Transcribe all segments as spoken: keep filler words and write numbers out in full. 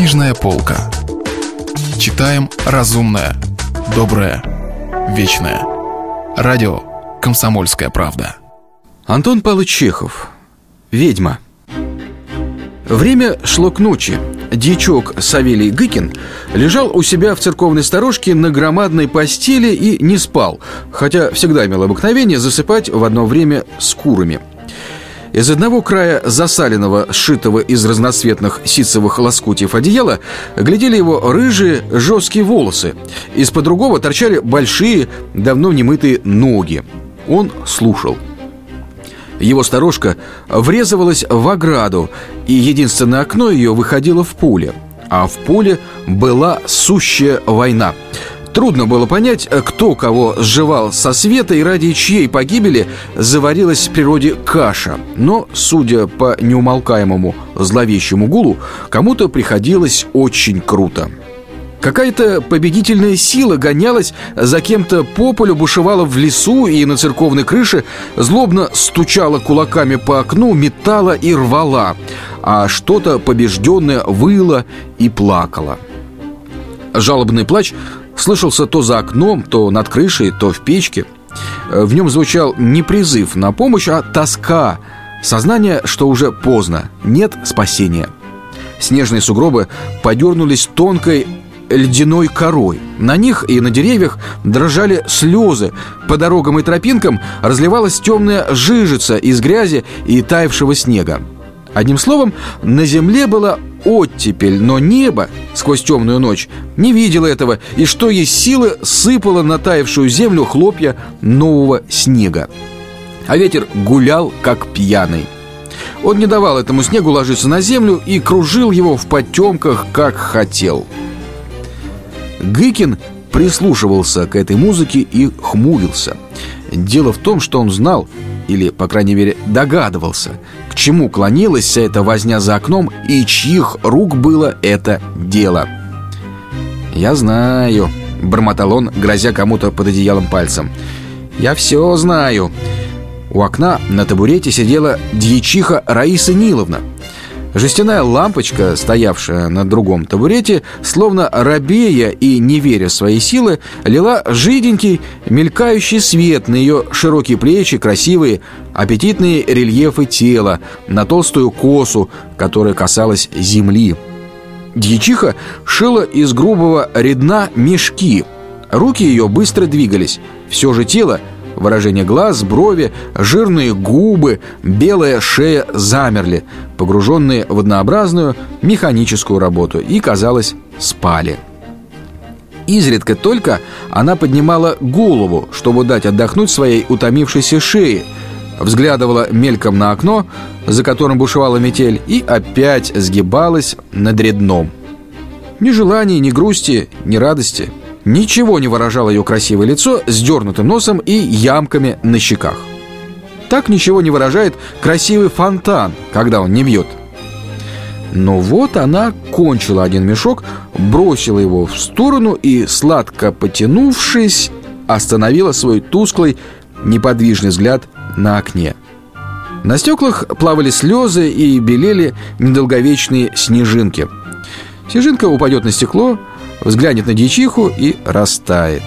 Книжная полка. Читаем разумное, доброе, вечное. Радио «Комсомольская правда». Антон Павлович Чехов. «Ведьма». Время шло к ночи. Дьячок Савелий Гыкин лежал у себя в церковной сторожке на громадной постели и не спал, хотя всегда имел обыкновение засыпать в одно время с курами. Из одного края засаленного, сшитого из разноцветных ситцевых лоскутьев одеяла глядели его рыжие жесткие волосы. Из-под другого торчали большие, давно немытые ноги. Он слушал. Его сторожка врезывалась в ограду, и единственное окно ее выходило в поле. А в поле была сущая война. Трудно было понять, кто кого сживал со света и ради чьей погибели заварилась в природе каша. Но, судя по неумолкаемому зловещему гулу, кому-то приходилось очень круто. Какая-то победительная сила гонялась за кем-то по полю, бушевала в лесу и на церковной крыше, злобно стучала кулаками по окну, метала и рвала, а что-то побежденное выло и плакало. Жалобный плач слышался то за окном, то над крышей, то в печке. В нем звучал не призыв на помощь, а тоска, сознание, что уже поздно, нет спасения. Снежные сугробы подернулись тонкой ледяной корой. На них и на деревьях дрожали слезы. По дорогам и тропинкам разливалась темная жижица из грязи и таявшего снега. Одним словом, на земле была оттепель, но небо сквозь темную ночь не видело этого, и что есть силы сыпало на таявшую землю хлопья нового снега. А ветер гулял, как пьяный. Он не давал этому снегу ложиться на землю и кружил его в потемках, как хотел. Гыкин прислушивался к этой музыке и хмурился. Дело в том, что он знал, или, по крайней мере, догадывался, к чему клонилась вся эта возня за окном и чьих рук было это дело. «Я знаю», — бормотал он, грозя кому-то под одеялом пальцем. «Я все знаю». У окна на табурете сидела дьячиха Раиса Ниловна. Жестяная лампочка, стоявшая на другом табурете, словно робея и не веря в свои силы, лила жиденький, мелькающий свет на ее широкие плечи, красивые, аппетитные рельефы тела, на толстую косу, которая касалась земли. Дьячиха шила из грубого редна мешки. Руки ее быстро двигались. Все же тело, выражение глаз, брови, жирные губы, белая шея замерли, погруженные в однообразную механическую работу, и, казалось, спали. Изредка только она поднимала голову, чтобы дать отдохнуть своей утомившейся шее, взглядывала мельком на окно, за которым бушевала метель, и опять сгибалась над редном. Ни желания, ни грусти, ни радости. Ничего не выражало ее красивое лицо с дернутым носом и ямками на щеках. Так ничего не выражает красивый фонтан, когда он не бьет. Но вот она кончила один мешок, бросила его в сторону и, сладко потянувшись, остановила свой тусклый, неподвижный взгляд на окне. На стеклах плавали слезы и белели недолговечные снежинки. Снежинка упадет на стекло, взглянет на дьячиху и растает.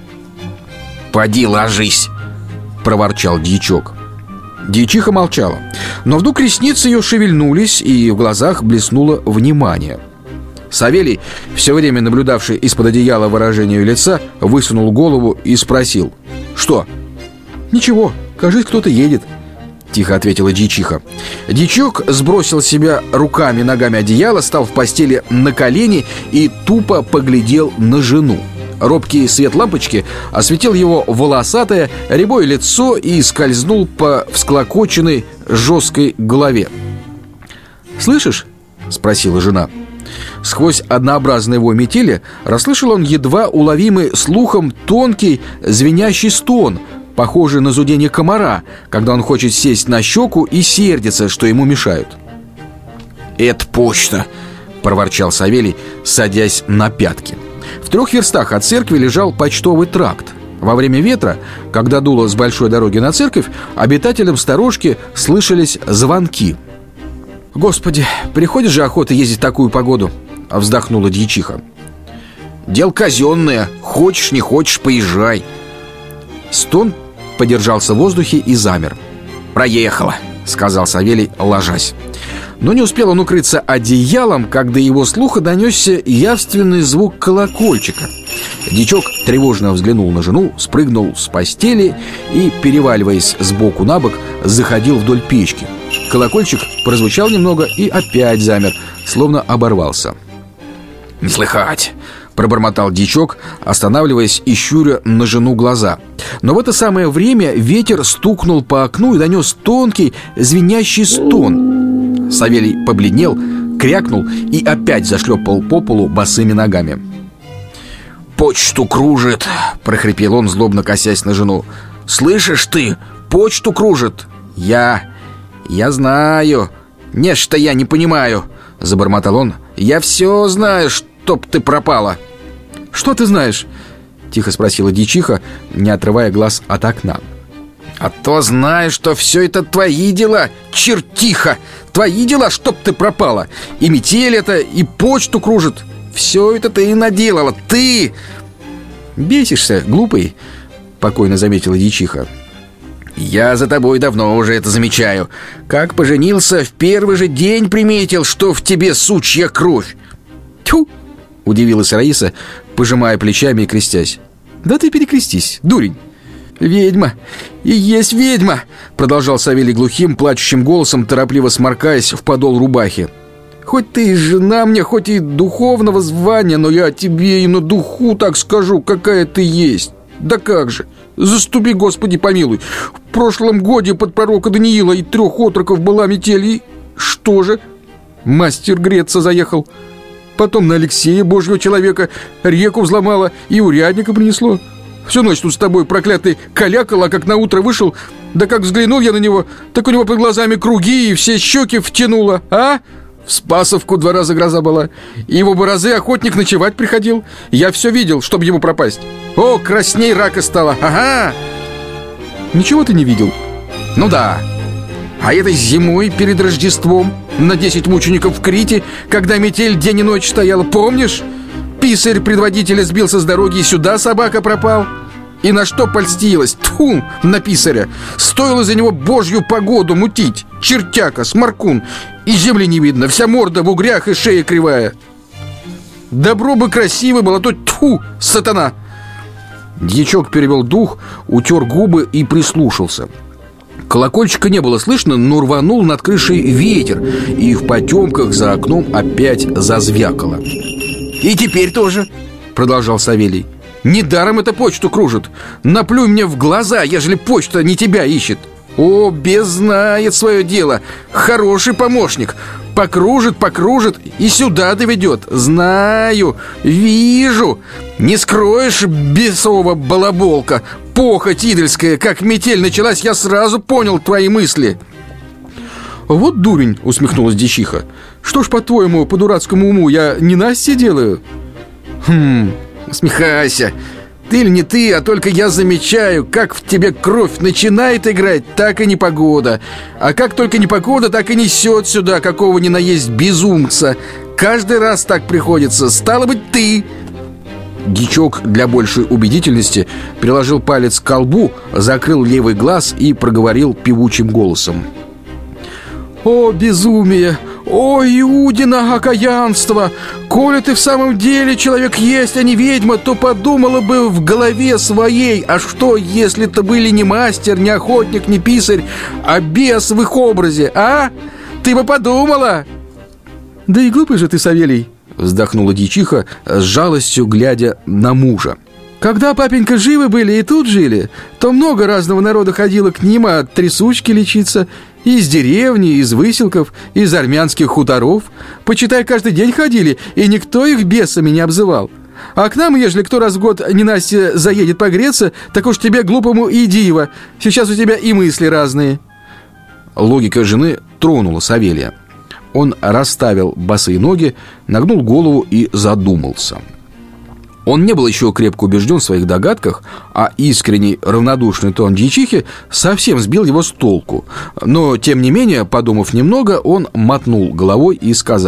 «Поди ложись!» — проворчал дьячок. Дьячиха молчала, но вдруг ресницы ее шевельнулись, и в глазах блеснуло внимание. Савелий, все время наблюдавший из-под одеяла выражение ее лица, высунул голову и спросил: «Что?» «Ничего, кажется, кто-то едет», — тихо ответила дьячиха. Дьячок сбросил с себя руками, ногами одеяло, стал в постели на колени и тупо поглядел на жену. Робкий свет лампочки осветил его волосатое, рябое лицо и скользнул по всклокоченной жесткой голове. «Слышишь?» — спросила жена. Сквозь однообразные его метели расслышал он едва уловимый слухом тонкий звенящий стон, похожий на зудение комара, когда он хочет сесть на щеку и сердится, что ему мешают. «Это почта!» — проворчал Савелий, садясь на пятки. В трех верстах от церкви лежал почтовый тракт. Во время ветра, когда дуло с большой дороги на церковь, обитателям сторожки слышались звонки. «Господи, приходит же охота ездить в такую погоду!» — вздохнула дьячиха. «Дело казенное, хочешь не хочешь, поезжай». Стон подержался в воздухе и замер. «Проехала», — сказал Савелий, ложась. Но не успел он укрыться одеялом, как до его слуха донесся явственный звук колокольчика. Дьячок тревожно взглянул на жену, спрыгнул с постели и, переваливаясь сбоку на бок, заходил вдоль печки. Колокольчик прозвучал немного и опять замер, словно оборвался. «Не слыхать!» — пробормотал дьячок, останавливаясь и щуря на жену глаза. Но в это самое время ветер стукнул по окну и донес тонкий, звенящий стон. Савелий побледнел, крякнул и опять зашлепал по полу босыми ногами. «Почту кружит!» — прохрипел он, злобно косясь на жену. «Слышишь ты? Почту кружит!» «Я... я знаю. Нечто я не понимаю!» — забормотал он. «Я все знаю, чтоб ты пропала!» «Что ты знаешь?» — тихо спросила дьячиха, не отрывая глаз от окна. «А то знаю, что все это твои дела, чертиха! Твои дела, чтоб ты пропала! И метель это, и почту кружит! Все это ты и наделала, ты!» «Бесишься, глупый», — покойно заметила дьячиха. «Я за тобой давно уже это замечаю. Как поженился, в первый же день приметил, что в тебе сучья кровь». «Тьфу!» — удивилась Раиса, пожимая плечами и крестясь. «Да ты перекрестись, дурень!» «Ведьма! И есть ведьма!» — продолжал Савелий глухим, плачущим голосом, торопливо сморкаясь в подол рубахи. «Хоть ты и жена мне, хоть и духовного звания, но я тебе и на духу так скажу, какая ты есть. Да как же! Заступи, Господи, помилуй! В прошлом годе под пророка Даниила и трех отроков была метель, и... что же? Мастер греться заехал. Потом на Алексея, Божьего человека, реку взломала и урядника принесло. Всю ночь тут с тобой проклятый калякал, а как наутро вышел, да как взглянул я на него, так у него под глазами круги и все щеки втянуло, а? В Спасовку два раза гроза была, и его бы разы охотник ночевать приходил. Я все видел, чтобы ему пропасть. О, красней рака стало, ага!» «Ничего ты не видел?» «Ну да. А этой зимой перед Рождеством на десять мучеников в Крите, когда метель день и ночь стояла, помнишь? Писарь предводителя сбился с дороги, и сюда собака пропал. И на что польстилась? Тьфу, на писаря! Стоило за него божью погоду мутить. Чертяка, сморкун. И земли не видно, вся морда в угрях и шея кривая. Добро бы красиво было, то тьфу, сатана!» Дьячок перевел дух, утер губы и прислушался. Колокольчика не было слышно, но рванул над крышей ветер, и в потемках за окном опять зазвякало. «И теперь тоже», — продолжал Савелий. «Недаром это почту кружит. Наплюй мне в глаза, ежели почта не тебя ищет. О, бес знает свое дело. Хороший помощник. Покружит, покружит и сюда доведет. Знаю, вижу. Не скроешь, бесового балаболка. Похоть идольская, как метель началась, я сразу понял твои мысли». «Вот дурень», — усмехнулась дьячиха. «Что ж, по-твоему, по дурацкому уму я не Настя делаю?» «Хм, усмехайся. Ты или не ты, а только я замечаю, как в тебе кровь начинает играть, так и непогода. А как только непогода, так и несет сюда какого ни на есть безумца. Каждый раз так приходится. Стало быть, ты». Дьячок для большей убедительности приложил палец к колбу, закрыл левый глаз и проговорил певучим голосом: «О, безумие! О, Иудина окаянство! Коли ты в самом деле человек есть, а не ведьма, то подумала бы в голове своей: а что, если это были не мастер, не охотник, не писарь, а бес в их образе, а? Ты бы подумала!» «Да и глупый же ты, Савелий!» — вздохнула дьячиха, с жалостью глядя на мужа. «Когда папенька живы были и тут жили, то много разного народа ходило к ним от трясучки лечиться. Из деревни, из выселков, из армянских хуторов. Почитай, каждый день ходили, и никто их бесами не обзывал. А к нам, ежели кто раз в год ненастье заедет погреться, так уж тебе, глупому, и диво. Сейчас у тебя и мысли разные». Логика жены тронула Савелия. Он расставил босые ноги, нагнул голову и задумался. Он не был еще крепко убежден в своих догадках, а искренний равнодушный тон дьячихи совсем сбил его с толку. Но, тем не менее, подумав немного, он мотнул головой и сказал: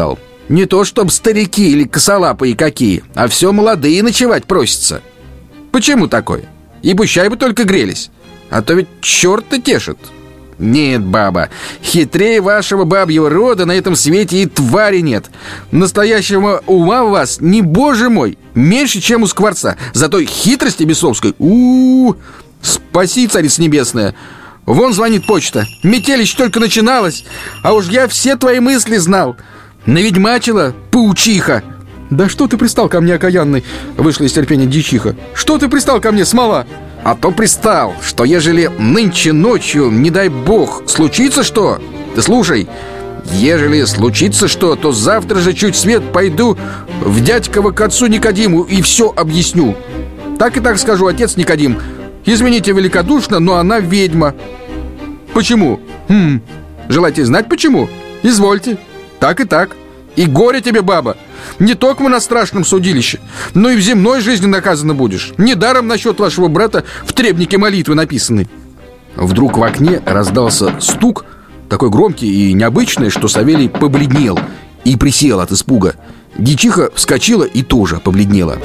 Не то чтоб старики или косолапые какие, а все молодые ночевать просятся. Почему такое? И пущай бы только грелись, а то ведь черт-то тешит. Нет, баба, хитрее вашего бабьего рода на этом свете и твари нет. Настоящего ума у вас, не боже мой, меньше, чем у скворца. Зато хитрости бесовской, у-у-у, спаси, царица небесная. Вон звонит почта, метелище только начиналось, а уж я все твои мысли знал. Наведьмачила, паучиха. Да что ты пристал ко мне, окаянный? Вышла из терпения дьячиха. Что ты пристал ко мне, смола? А то пристал, что ежели нынче ночью, не дай бог, случится что? Ты слушай, ежели случится что, то завтра же чуть свет пойду в дядькова к отцу Никодиму и все объясню. Так и так скажу: отец Никодим, извините великодушно, но она ведьма. Почему? Хм, желаете знать почему? Извольте. Так и так. И горе тебе, баба. Не только на страшном судилище, но и в земной жизни наказана будешь. Недаром насчет вашего брата в требнике молитвы написаны. Вдруг в окне раздался стук, такой громкий и необычный, что Савелий побледнел и присел от испуга. Дьячиха вскочила и тоже побледнела.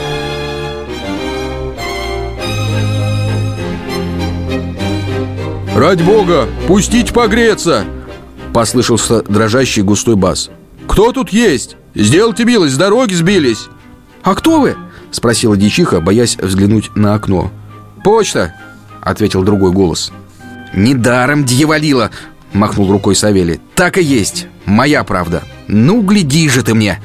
«Ради бога, пустите погреться!» послышался дрожащий густой бас. «Кто тут есть? Сделайте милость, с дороги сбились!» «А кто вы?» — спросила дьячиха, боясь взглянуть на окно. «Почта!» — ответил другой голос. «Недаром дьяволила!» — махнул рукой Савелий. «Так и есть, моя правда. Ну, гляди же ты мне!»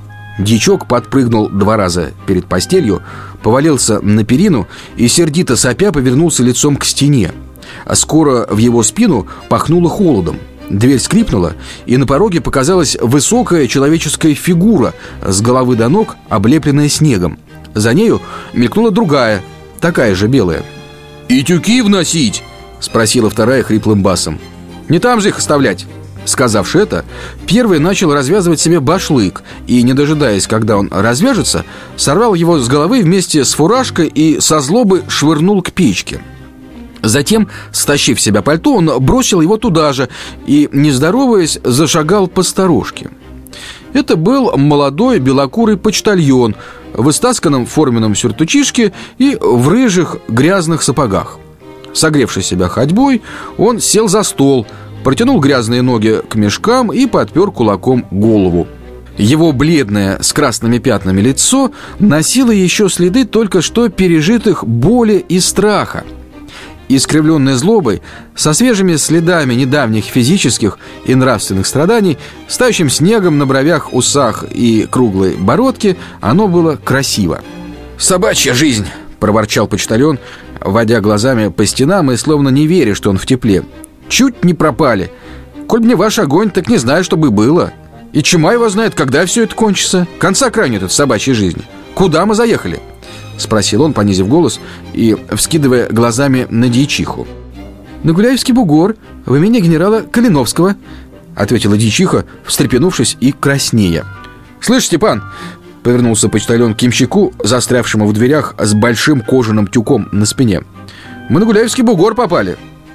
Дьячок подпрыгнул два раза перед постелью, повалился на перину и, сердито сопя, повернулся лицом к стене. А скоро в его спину пахнуло холодом. Дверь скрипнула, и на пороге показалась высокая человеческая фигура, с головы до ног облепленная снегом. За нею мелькнула другая, такая же белая. «И тюки вносить?» — спросила вторая хриплым басом. «Не там же их оставлять!» Сказавши это, первый начал развязывать себе башлык и, не дожидаясь, когда он развяжется, сорвал его с головы вместе с фуражкой и со злобы швырнул к печке. Затем, стащив с себя пальто, он бросил его туда же и, не здороваясь, зашагал по сторожке. Это был молодой белокурый почтальон в истасканном форменном сюртучишке и в рыжих грязных сапогах. Согревший себя ходьбой, он сел за стол, протянул грязные ноги к мешкам и подпер кулаком голову. Его бледное с красными пятнами лицо носило еще следы только что пережитых боли и страха. Искривленной злобой, со свежими следами недавних физических и нравственных страданий, с тающим снегом на бровях, усах и круглой бородке, оно было красиво. «Собачья жизнь!» — проворчал почтальон, водя глазами по стенам и словно не веря, что он в тепле. «Чуть не пропали. Коль мне ваш огонь, так не знаю, что бы было. И чума его знает, когда все это кончится. Конца края нет от собачьей жизни. Куда мы заехали?» — спросил он, понизив голос и вскидывая глазами на дьячиху. «На Гуляевский бугор, в имени генерала Калиновского», — ответила дьячиха, встрепенувшись и краснея. «Слышь, Степан!» — повернулся почтальон к ямщику, застрявшему в дверях с большим кожаным тюком на спине. «Мы на Гуляевский бугор попали».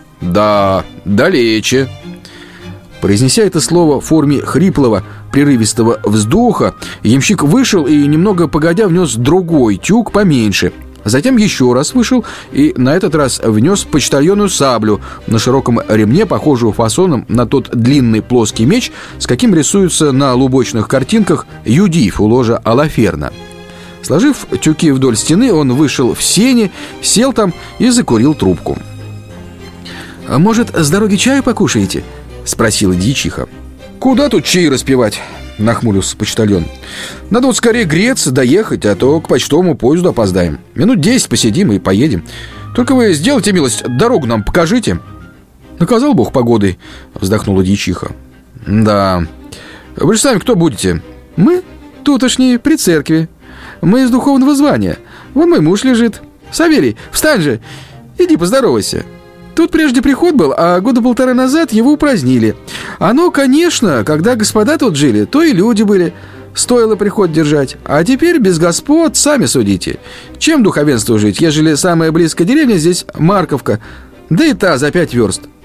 «Да, далече». Произнеся это слово в форме хриплого, прерывистого вздоха, ямщик вышел и, немного погодя, внес другой тюк поменьше. Затем еще раз вышел и на этот раз внес почтальонную саблю на широком ремне, похожую фасоном на тот длинный плоский меч, с каким рисуются на лубочных картинках Юдиф у ложа Алаферна. Сложив тюки вдоль стены, он вышел в сени, сел там и закурил трубку. «А может, с дороги чаю покушаете?» — спросила дьячиха. «Куда тут чаи распивать?» — нахмурился почтальон. «Надо вот скорее греться, доехать, а то к почтовому поезду опоздаем. Минут десять посидим и поедем. Только вы сделайте милость, дорогу нам покажите». «Наказал Бог погодой», — вздохнула дьячиха. «Да. Вы же сами кто будете?» «Мы? Тутошние, при церкви. Мы из духовного звания. Вон мой муж лежит. Савелий, встань же, иди поздоровайся. Тут прежде приход был, а года полтора назад его упразднили. Оно, конечно, когда господа тут жили, то и люди были. Стоило приход держать. А теперь без господ, сами судите. Чем духовенству жить, ежели самая близкая деревня здесь Марковка, да и та за пять верст.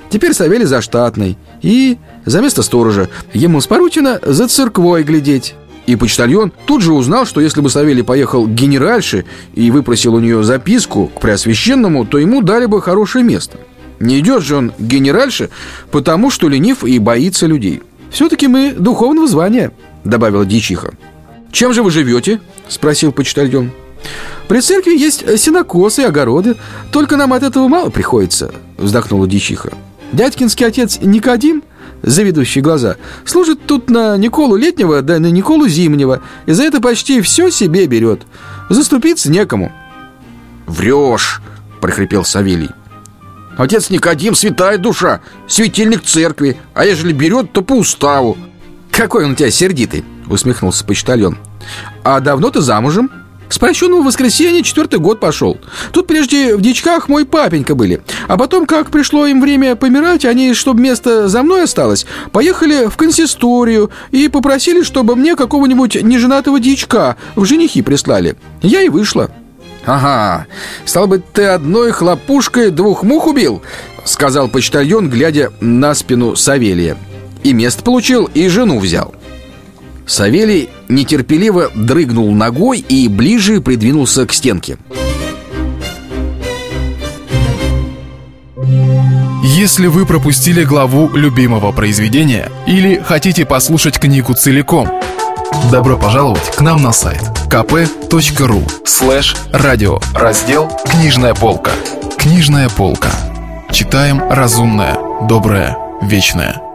Теперь Савелий заштатный. И за место сторожа ему споручено за церквой глядеть. И почтальон тут же узнал, что если бы Савелий поехал к генеральше и выпросил у нее записку к Преосвященному, то ему дали бы хорошее место. Не идет же он к генеральше, потому что ленив и боится людей. «Все-таки мы духовного звания», — добавила дьячиха. «Чем же вы живете?» — спросил почтальон. «При церкви есть сенокосы и огороды, только нам от этого мало приходится», — вздохнула дьячиха. «Дядькинский отец Никодим, завидующий глаза, служит тут на Николу летнего, да на Николу зимнего, и за это почти все себе берет. Заступиться некому». «Врешь!» — прохрипел Савелий. «Отец Никодим — святая душа, светильник церкви, а ежели берет, то по уставу». «Какой он у тебя сердитый!» — усмехнулся почтальон. «А давно ты замужем?» «С прощенного воскресенья четвертый год пошел. Тут прежде в дичках мой папенька были. А потом, как пришло им время помирать, они, чтобы место за мной осталось, поехали в консисторию и попросили, чтобы мне какого-нибудь неженатого дичка в женихи прислали. Я и вышла». «Ага, стало быть, ты одной хлопушкой двух мух убил», — сказал почтальон, глядя на спину Савелия. «И место получил, и жену взял». Савелий нетерпеливо дрыгнул ногой и ближе придвинулся к стенке. Если вы пропустили главу любимого произведения или хотите послушать книгу целиком, добро пожаловать к нам на сайт ка пэ точка ру слэш радио, раздел «Книжная полка». Книжная полка. Читаем разумное, доброе, вечное.